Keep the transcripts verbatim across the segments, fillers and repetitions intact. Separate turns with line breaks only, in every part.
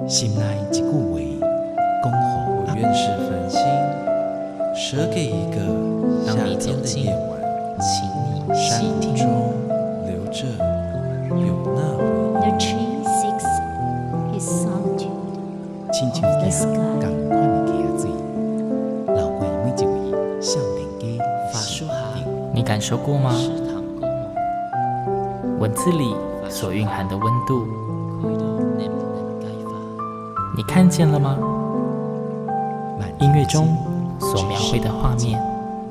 心内一句话，讲好
我愿是繁星，舍给一个夏天的夜晚，
请你
山
细听。
中留着有那回
The tree seeks his solitude
亲像
of the
行
sky.
同款的溪水，流过每一位少年家
法术哈，
你感受过吗？
是糖果吗？
文字里所蕴含的温度，
开到nem能解法。
你看见了吗？
万
音乐中所描绘的画面。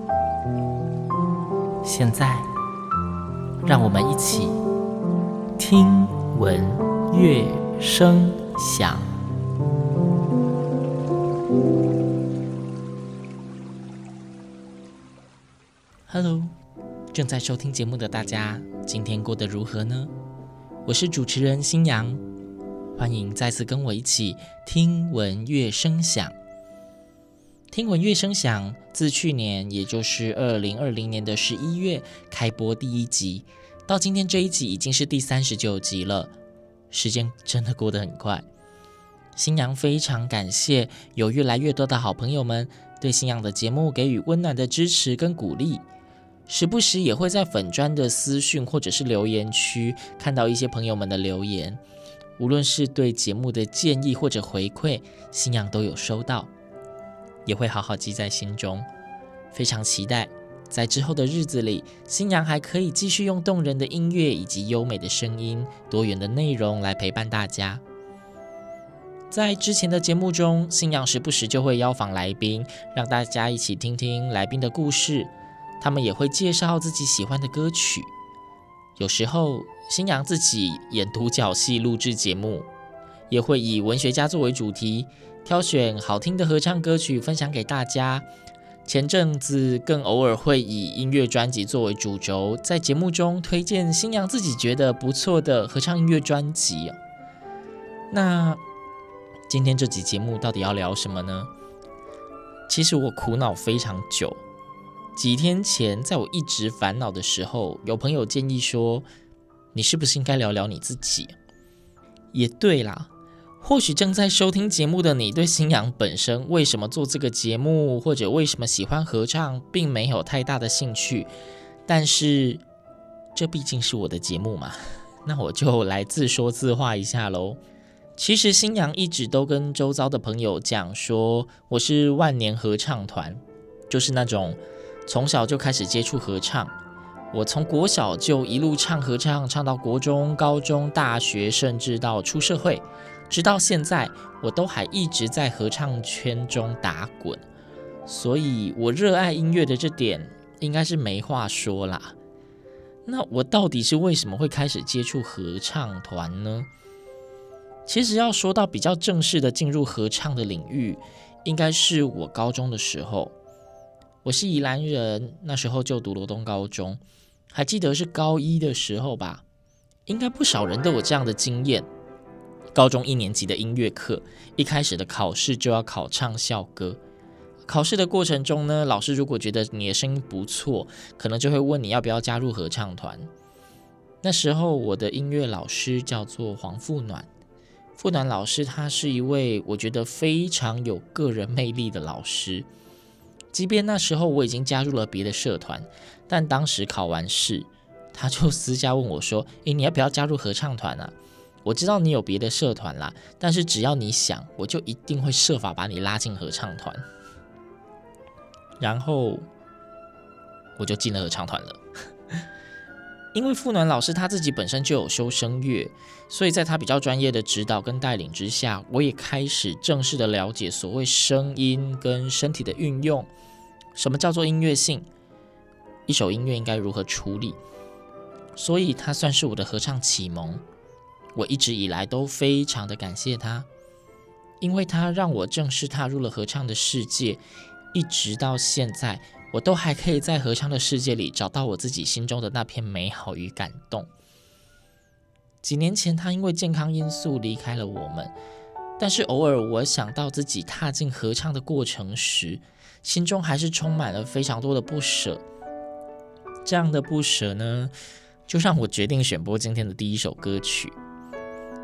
现在，让我们一起听闻乐声响。Hello， 正在收听节目的大家，今天过得如何呢？我是主持人新阳，欢迎再次跟我一起听闻乐声响。听闻乐声响自去年，也就是二零二零年的十一月开播第一集，到今天这一集已经是第三十九集了，时间真的过得很快。新阳非常感谢有越来越多的好朋友们对新阳的节目给予温暖的支持跟鼓励，时不时也会在粉专的私讯或者是留言区看到一些朋友们的留言，无论是对节目的建议或者回馈，新阳都有收到，也会好好记在心中。非常期待在之后的日子里，新阳还可以继续用动人的音乐以及优美的声音、多元的内容来陪伴大家。在之前的节目中，新阳时不时就会邀访来宾，让大家一起听听来宾的故事，他们也会介绍自己喜欢的歌曲。有时候新阳自己演独角戏录制节目，也会以文学家作为主题，挑选好听的合唱歌曲分享给大家。前阵子更偶尔会以音乐专辑作为主轴，在节目中推荐新阳自己觉得不错的合唱音乐专辑。那今天这集节目到底要聊什么呢？其实我苦恼非常久。几天前，在我一直烦恼的时候，有朋友建议说，你是不是应该聊聊你自己？也对啦，或许正在收听节目的你对新阳本身为什么做这个节目，或者为什么喜欢合唱，并没有太大的兴趣，但是这毕竟是我的节目嘛，那我就来自说自话一下咯。其实新阳一直都跟周遭的朋友讲说，我是万年合唱团，就是那种从小就开始接触合唱，我从国小就一路唱合唱，唱到国中、高中、大学，甚至到出社会，直到现在，我都还一直在合唱圈中打滚，所以我热爱音乐的这点应该是没话说啦。那我到底是为什么会开始接触合唱团呢？其实要说到比较正式的进入合唱的领域，应该是我高中的时候。我是宜兰人，那时候就读罗东高中，还记得是高一的时候吧，应该不少人都有这样的经验。高中一年级的音乐课，一开始的考试就要考唱校歌。考试的过程中呢，老师如果觉得你的声音不错，可能就会问你要不要加入合唱团。那时候我的音乐老师叫做黄富暖，富暖老师他是一位我觉得非常有个人魅力的老师。即便那时候我已经加入了别的社团，但当时考完试，他就私下问我说，诶，你要不要加入合唱团啊？我知道你有别的社团啦，但是只要你想，我就一定会设法把你拉进合唱团。然后我就进了合唱团了。因为富暖老师他自己本身就有修声乐，所以在他比较专业的指导跟带领之下，我也开始正式的了解所谓声音跟身体的运用，什么叫做音乐性，一首音乐应该如何处理，所以他算是我的合唱启蒙。我一直以来都非常的感谢他，因为他让我正式踏入了合唱的世界，一直到现在我都还可以在合唱的世界里找到我自己心中的那片美好与感动。几年前他因为健康因素离开了我们，但是偶尔我想到自己踏进合唱的过程时，心中还是充满了非常多的不舍。这样的不舍呢，就让我决定选播今天的第一首歌曲。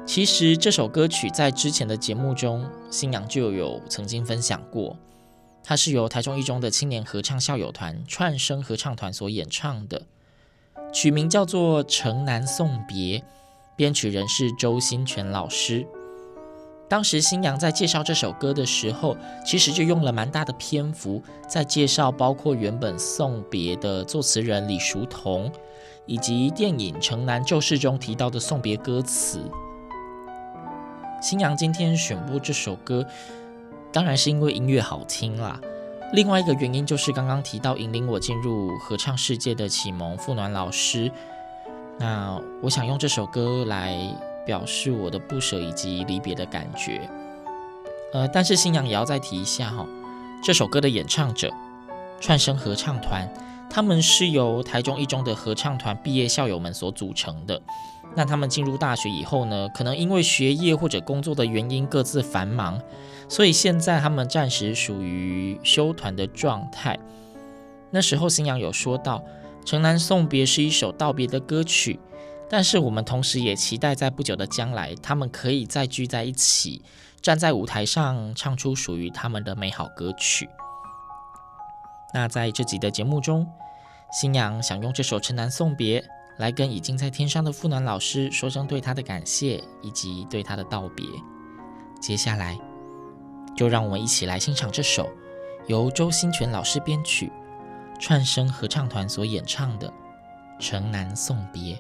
其实这首歌曲在之前的节目中，新阳就有曾经分享过，它是由台中一中的青年合唱校友团串声合唱团所演唱的，曲名叫做《城南送别》，编曲人是周新全老师。当时新阳在介绍这首歌的时候，其实就用了蛮大的篇幅在介绍包括原本送别的作词人李淑彤，以及电影《城南旧事》中提到的送别歌词。新阳今天选播这首歌，当然是因为音乐好听啦，另外一个原因就是刚刚提到引领我进入合唱世界的启蒙富暖老师，那我想用这首歌来表示我的不舍以及离别的感觉。呃，但是新阳也要再提一下哈，这首歌的演唱者串声合唱团，他们是由台中一中的合唱团毕业校友们所组成的。那他们进入大学以后呢，可能因为学业或者工作的原因各自繁忙，所以现在他们暂时属于休团的状态。那时候新阳有说到，《城南送别》是一首道别的歌曲，但是我们同时也期待在不久的将来，他们可以再聚在一起，站在舞台上唱出属于他们的美好歌曲。那在这集的节目中，新阳想用这首《城南送别》来跟已经在天上的富暖老师说声对他的感谢，以及对他的道别。接下来，就让我们一起来欣赏这首由周新全老师编曲、串声合唱团所演唱的《城南送别》。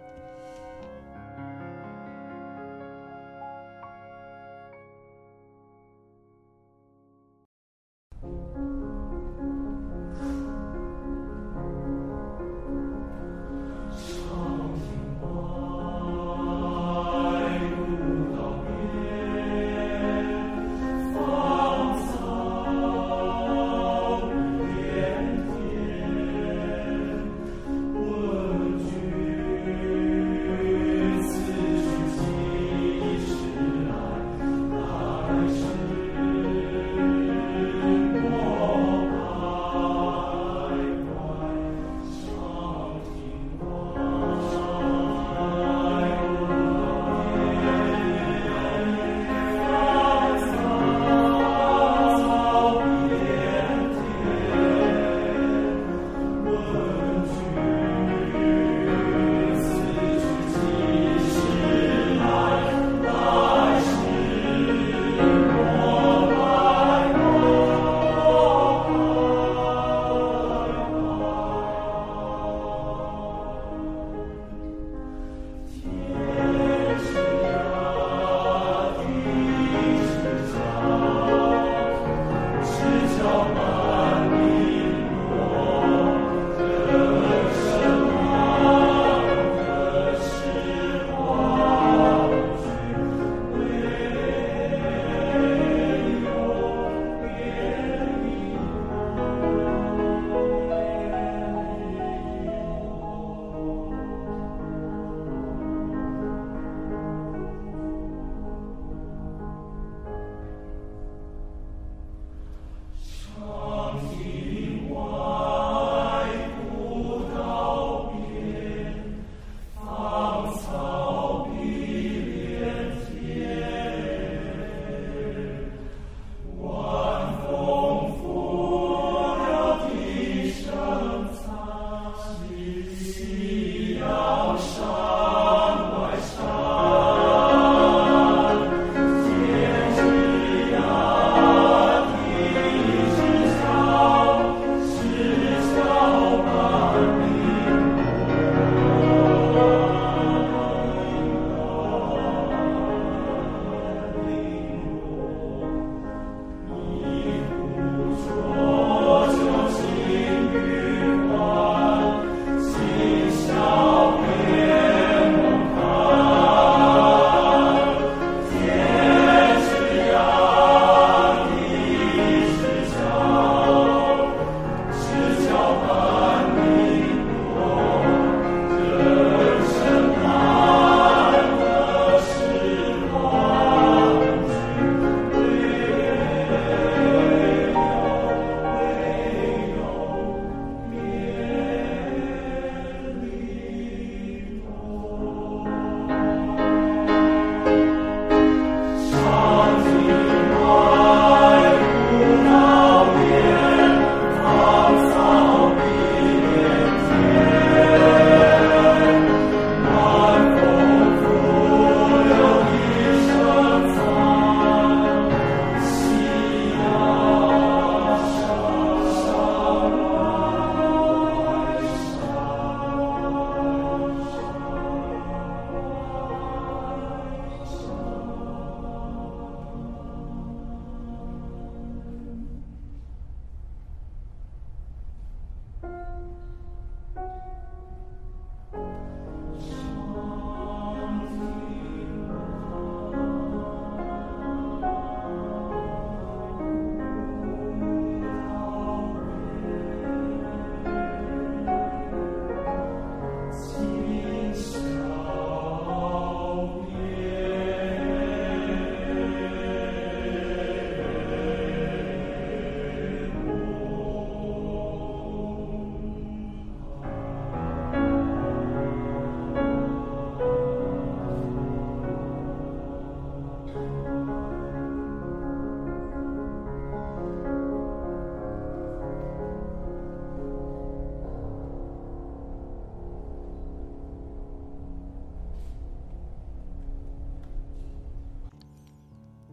问句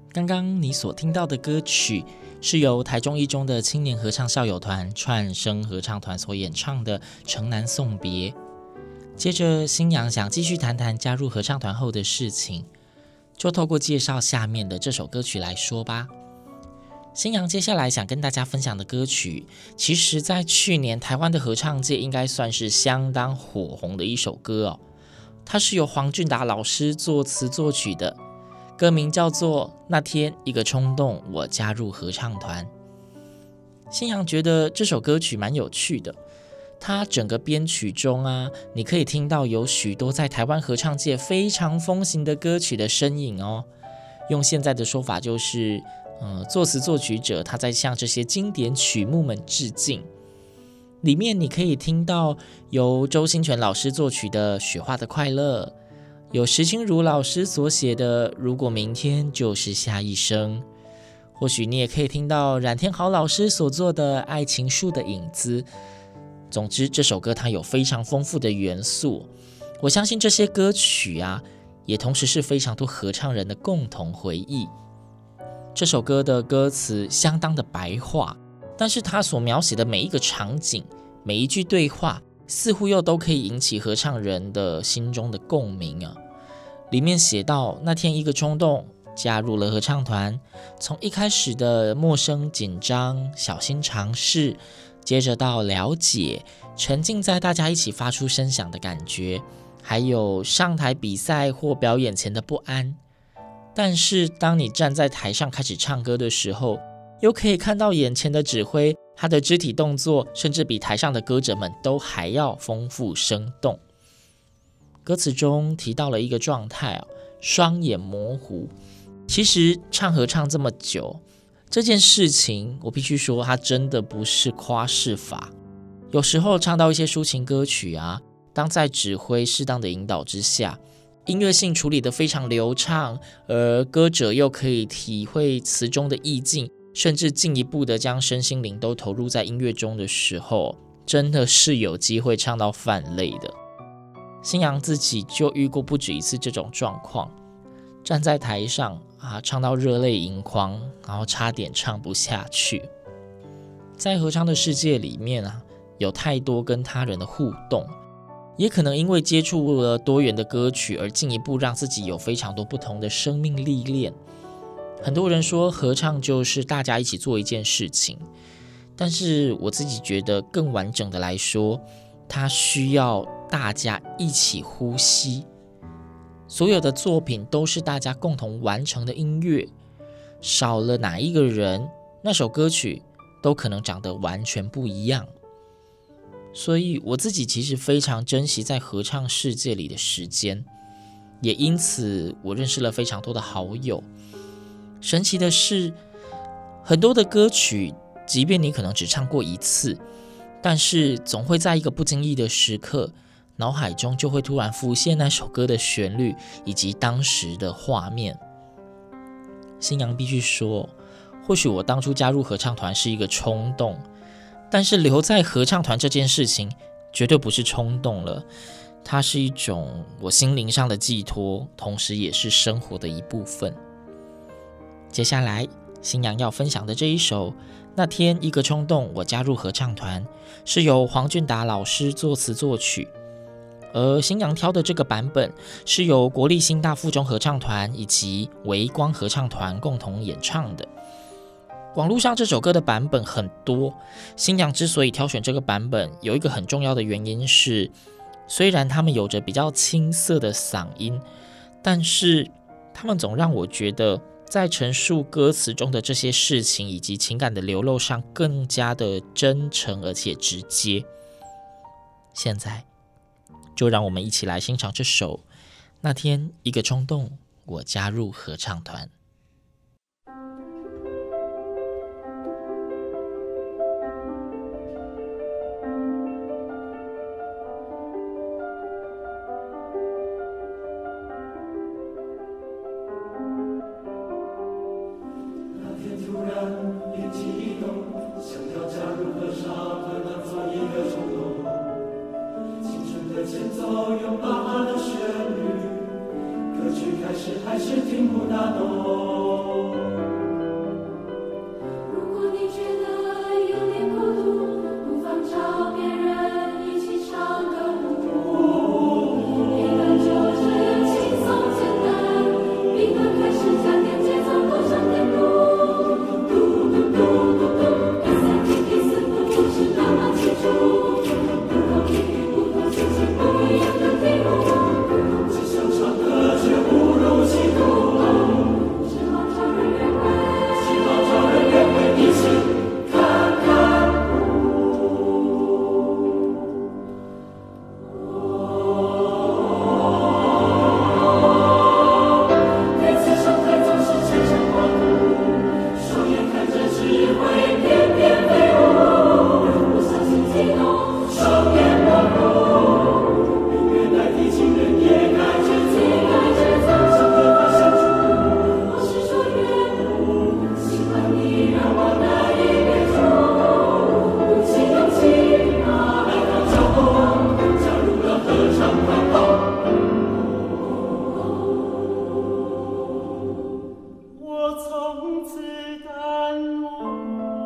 刚刚你所听到的歌曲是由台中一中的青年合唱校友团串声合唱团所演唱的《城南送别》。接着新阳想继续谈谈加入合唱团后的事情，就透过介绍下面的这首歌曲来说吧。新阳接下来想跟大家分享的歌曲，其实在去年台湾的合唱界应该算是相当火红的一首歌哦。它是由黄俊达老师作词作曲的，歌名叫做《那天一个冲动，我加入合唱团》。新阳觉得这首歌曲蛮有趣的，它整个编曲中啊，你可以听到有许多在台湾合唱界非常风行的歌曲的身影哦。用现在的说法就是，呃，作词作曲者他在向这些经典曲目们致敬。里面你可以听到由周兴全老师作曲的《雪花的快乐》，有石青如老师所写的《如果明天就是下一生》，或许你也可以听到冉天豪老师所做的《爱情树的影子》。总之，这首歌它有非常丰富的元素，我相信这些歌曲啊，也同时是非常多合唱人的共同回忆。这首歌的歌词相当的白话，但是它所描写的每一个场景，每一句对话，似乎又都可以引起合唱人的心中的共鸣啊。里面写到，那天一个冲动，加入了合唱团，从一开始的陌生、紧张、小心尝试，接着到了解，沉浸在大家一起发出声响的感觉，还有上台比赛或表演前的不安。但是当你站在台上开始唱歌的时候，又可以看到眼前的指挥，他的肢体动作甚至比台上的歌者们都还要丰富生动。歌词中提到了一个状态哦，双眼模糊。其实唱合唱这么久，这件事情我必须说，它真的不是夸饰法。有时候唱到一些抒情歌曲啊，当在指挥适当的引导之下，音乐性处理得非常流畅，而歌者又可以体会词中的意境，甚至进一步的将身心灵都投入在音乐中的时候，真的是有机会唱到泛泪的。新阳自己就遇过不止一次这种状况，站在台上啊，唱到热泪盈眶，然后差点唱不下去。在合唱的世界里面啊，有太多跟他人的互动，也可能因为接触了多元的歌曲，而进一步让自己有非常多不同的生命历练。很多人说合唱就是大家一起做一件事情，但是我自己觉得更完整的来说，它需要大家一起呼吸。所有的作品都是大家共同完成的音乐，少了哪一个人，那首歌曲都可能长得完全不一样。所以我自己其实非常珍惜在合唱世界里的时间，也因此我认识了非常多的好友。神奇的是，很多的歌曲，即便你可能只唱过一次，但是总会在一个不经意的时刻，脑海中就会突然浮现那首歌的旋律以及当时的画面。新阳必须说，或许我当初加入合唱团是一个冲动，但是留在合唱团这件事情绝对不是冲动了，它是一种我心灵上的寄托，同时也是生活的一部分。接下来新阳要分享的这一首《那天一个冲动，我加入合唱团》，是由黄俊达老师作词作曲，而新阳挑的这个版本是由国立新大附中合唱团以及微光合唱团共同演唱的。网络上这首歌的版本很多，新阳之所以挑选这个版本，有一个很重要的原因是，虽然他们有着比较青涩的嗓音，但是他们总让我觉得在陈述歌词中的这些事情以及情感的流露上更加的真诚而且直接。现在就让我们一起来欣赏这首《那天一个冲动，我加入合唱团》。
还是听不大懂。 从此耽误。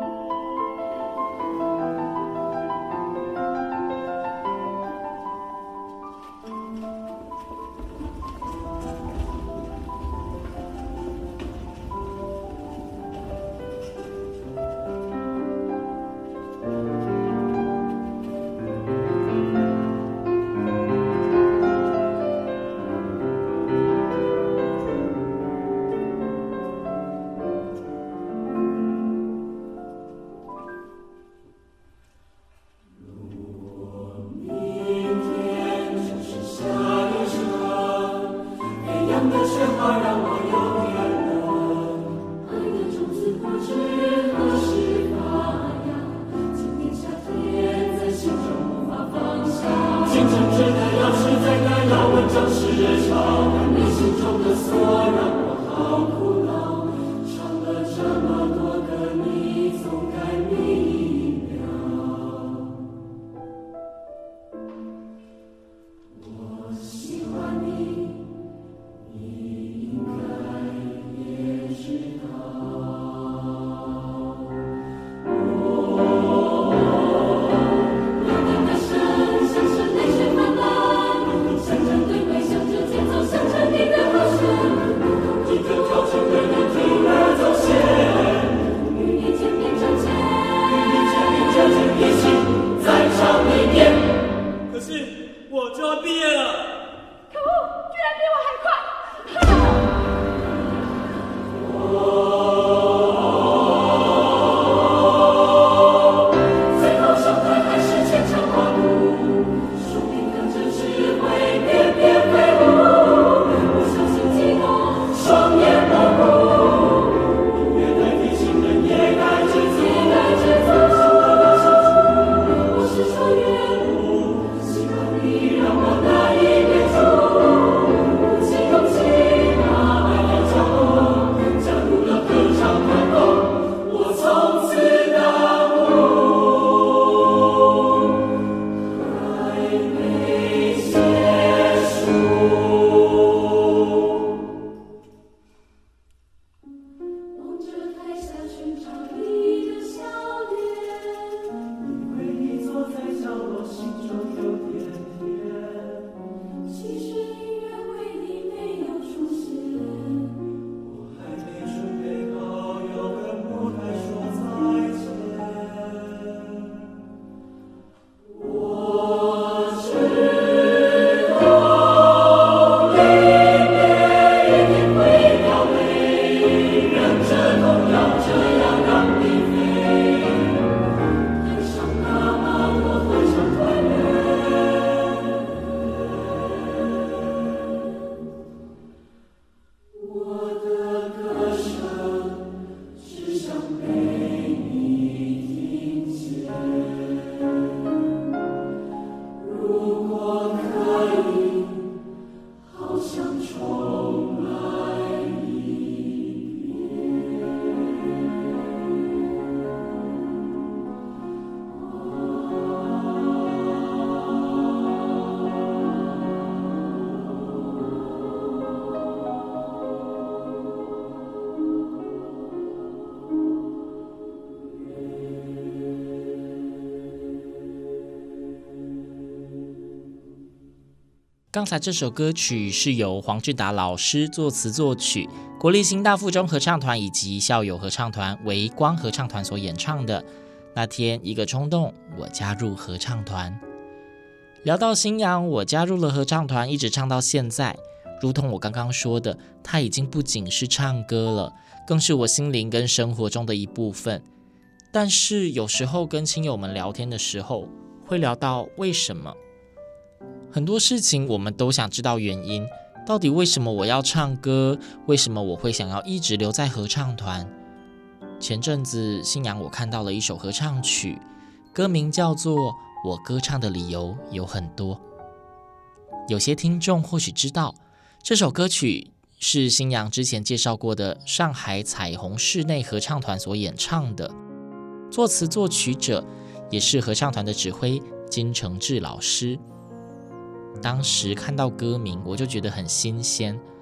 刚才这首歌曲是由黄志达老师作词作曲，国立新大附中合唱团以及校友合唱团微光合唱团所演唱的。那天一个冲动，我加入合唱团。聊到新阳，我加入了合唱团，一直唱到现在。如同我刚刚说的，它已经不仅是唱歌了，更是我心灵跟生活中的一部分。但是有时候跟亲友们聊天的时候，会聊到为什么。很多事情我们都想知道原因，到底为什么我要唱歌？为什么我会想要一直留在合唱团？前阵子新阳我看到了一首合唱曲，歌名叫做《我歌唱的理由有很多》。有些听众或许知道，这首歌曲是新阳之前介绍过的上海彩虹室内合唱团所演唱的，作词作曲者也是合唱团的指挥金承志老师。当时看到歌名我就觉得很新鲜，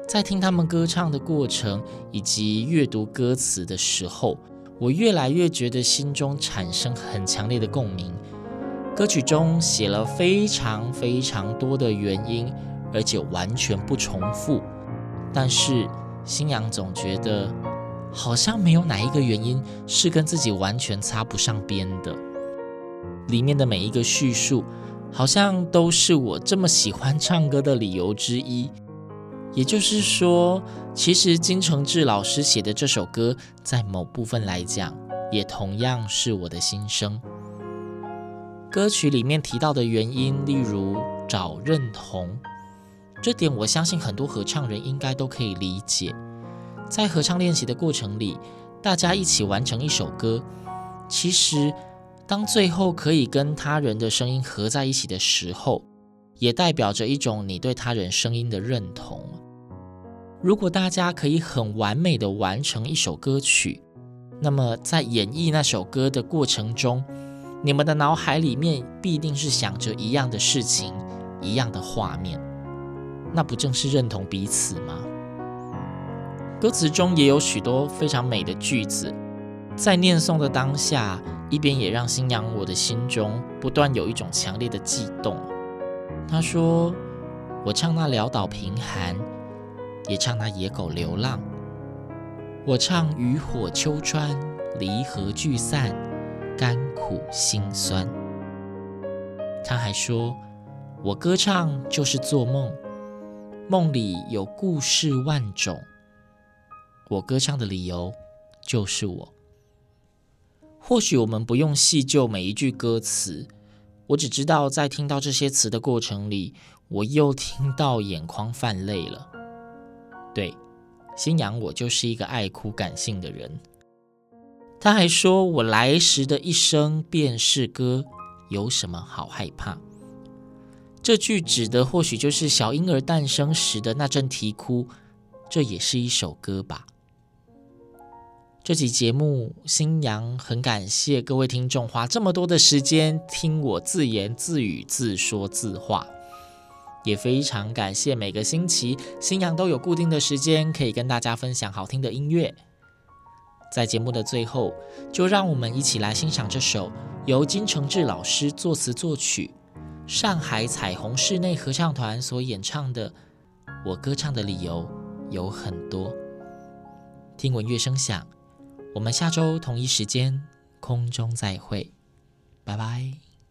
在听他们歌唱的过程以及阅读歌词的时候，我越来越觉得心中产生很强烈的共鸣。歌曲中写了非常非常多的原因，而且完全不重复，但是星洋总觉得好像没有哪一个原因是跟自己完全擦不上边的。里面的每一个叙述好像都是我这么喜欢唱歌的理由之一。也就是说，其实金承志老师写的这首歌，在某部分来讲，也同样是我的心声。歌曲里面提到的原因，例如找认同，这点我相信很多合唱人应该都可以理解。在合唱练习的过程里，大家一起完成一首歌，其实当最后可以跟他人的声音合在一起的时候，也代表着一种你对他人声音的认同。如果大家可以很完美的完成一首歌曲，那么在演绎那首歌的过程中，你们的脑海里面必定是想着一样的事情，一样的画面，那不正是认同彼此吗？歌词中也有许多非常美的句子，在念诵的当下，一边也让星洋我的心中不断有一种强烈的悸动。他说，我唱那潦倒贫寒，也唱那野狗流浪，我唱渔火秋川，离合聚散，甘苦辛酸。他还说，我歌唱就是做梦，梦里有故事万种，我歌唱的理由就是我。或许我们不用细究每一句歌词，我只知道在听到这些词的过程里，我又听到眼眶泛泪了。对，星洋我就是一个爱哭感性的人。他还说，我来时的一生便是歌，有什么好害怕？这句指的或许就是小婴儿诞生时的那阵啼哭，这也是一首歌吧。这期节目，星洋很感谢各位听众花这么多的时间听我自言自语、自说自话，也非常感谢每个星期星洋都有固定的时间可以跟大家分享好听的音乐。在节目的最后，就让我们一起来欣赏这首由金承志老师作词作曲，上海彩虹室内合唱团所演唱的《我歌唱的理由有很多》。听闻乐声响，我们下周同一时间空中再会，拜拜。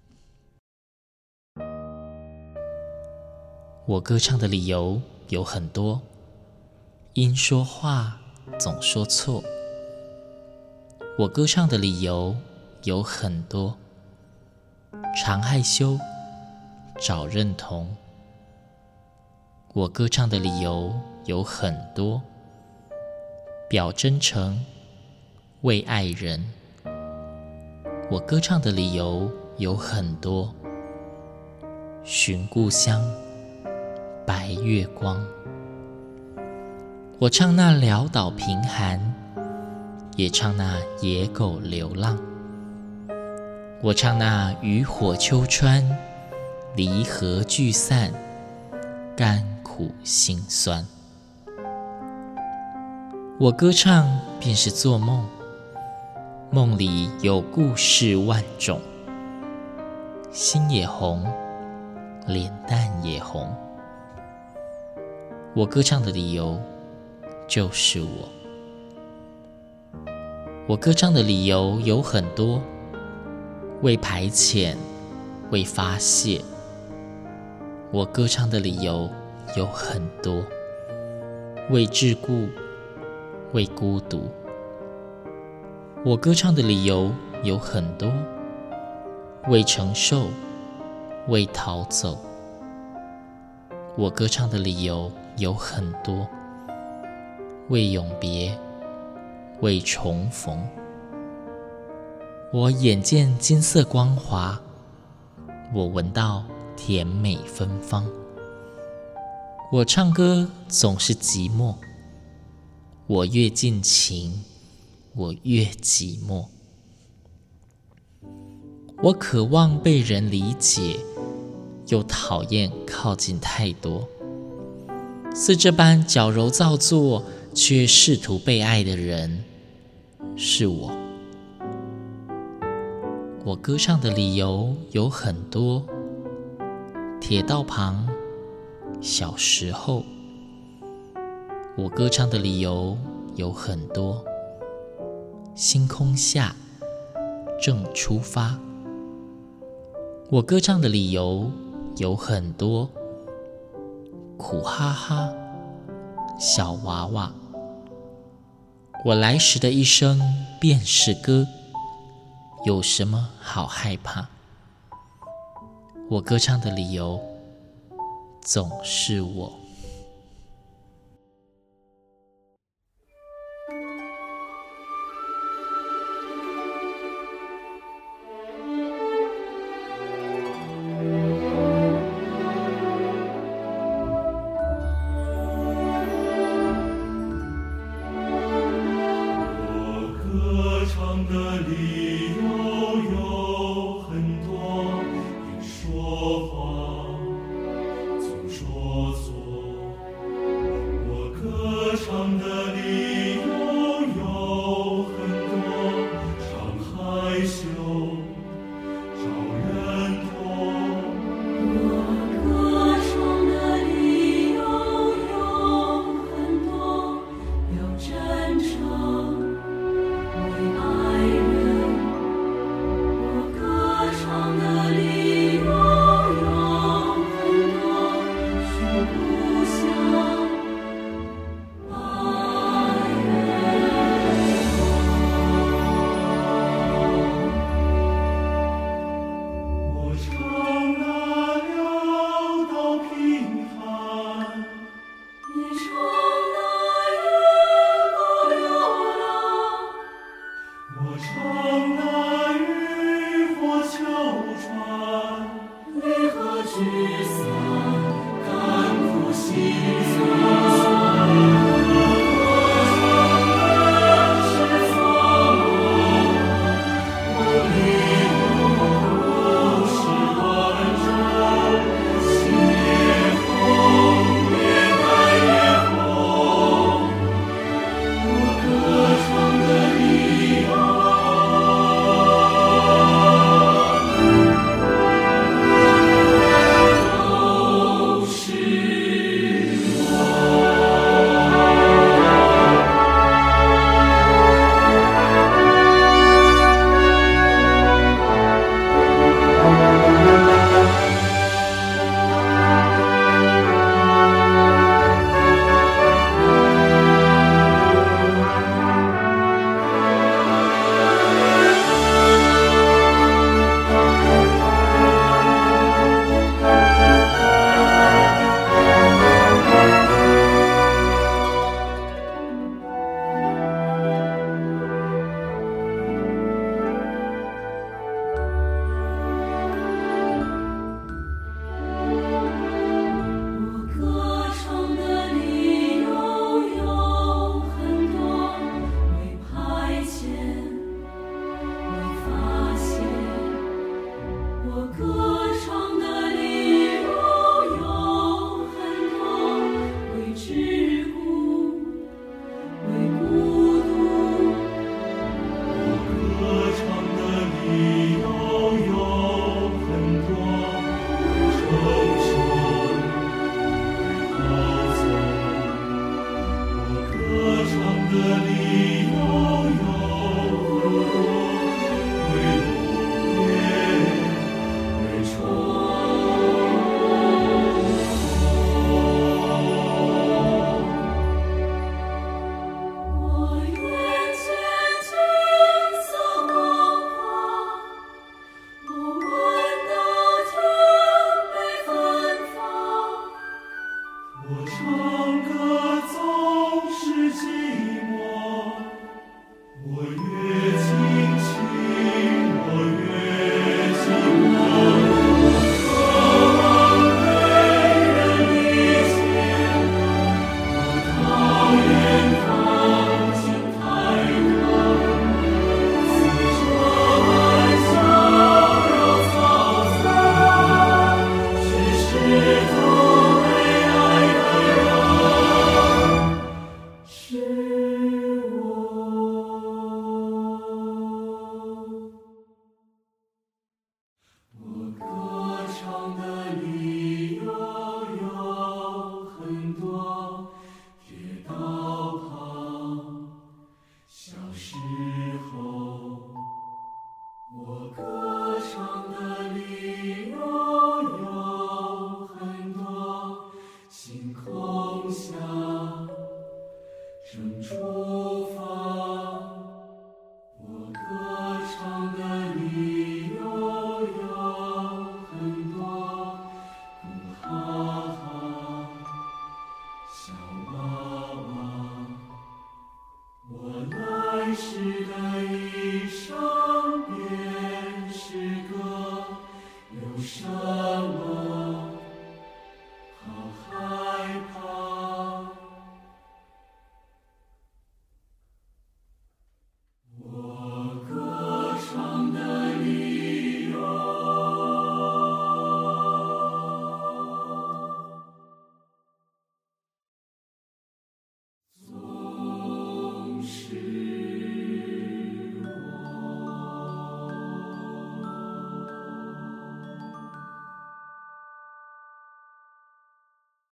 我歌唱的理由有很多，因说话总说错。我歌唱的理由有很多，常害羞，找认同。我歌唱的理由有很多，表真诚，为爱人。我歌唱的理由有很多，寻故乡，白月光。我唱那潦倒贫寒，也唱那野狗流浪。我唱那渔火秋川，离合聚散，甘苦辛酸。我歌唱便是做梦，梦里有故事万种，心也红，脸蛋也红。我歌唱的理由就是我。我歌唱的理由有很多，为排遣，为发泄。我歌唱的理由有很多，为桎梏，为孤独。我歌唱的理由有很多，为承受，为逃走。我歌唱的理由有很多，为永别，为重逢。我眼见金色光华，我闻到甜美芬芳。我唱歌总是寂寞，我越尽情，我越寂寞。我渴望被人理解，又讨厌靠近太多。 似这般矫揉造作却试图被爱的人是我。我歌唱的理由有很多，铁道旁，小时候。我歌唱的理由有很多，星空下，正出发。我歌唱的理由有很多，苦哈哈，小娃娃。我来时的一生便是歌，有什么好害怕？我歌唱的理由总是我。
歌唱的理由有很多，因说谎总说错。我歌唱的理由有很多，常害羞，少认同。
我歌唱的理由有很多，有真诚。为爱人
时候，我歌唱的理由有很多，星空下正出发。我歌唱的理由有很多，咕哈哈，小娃娃，我来时的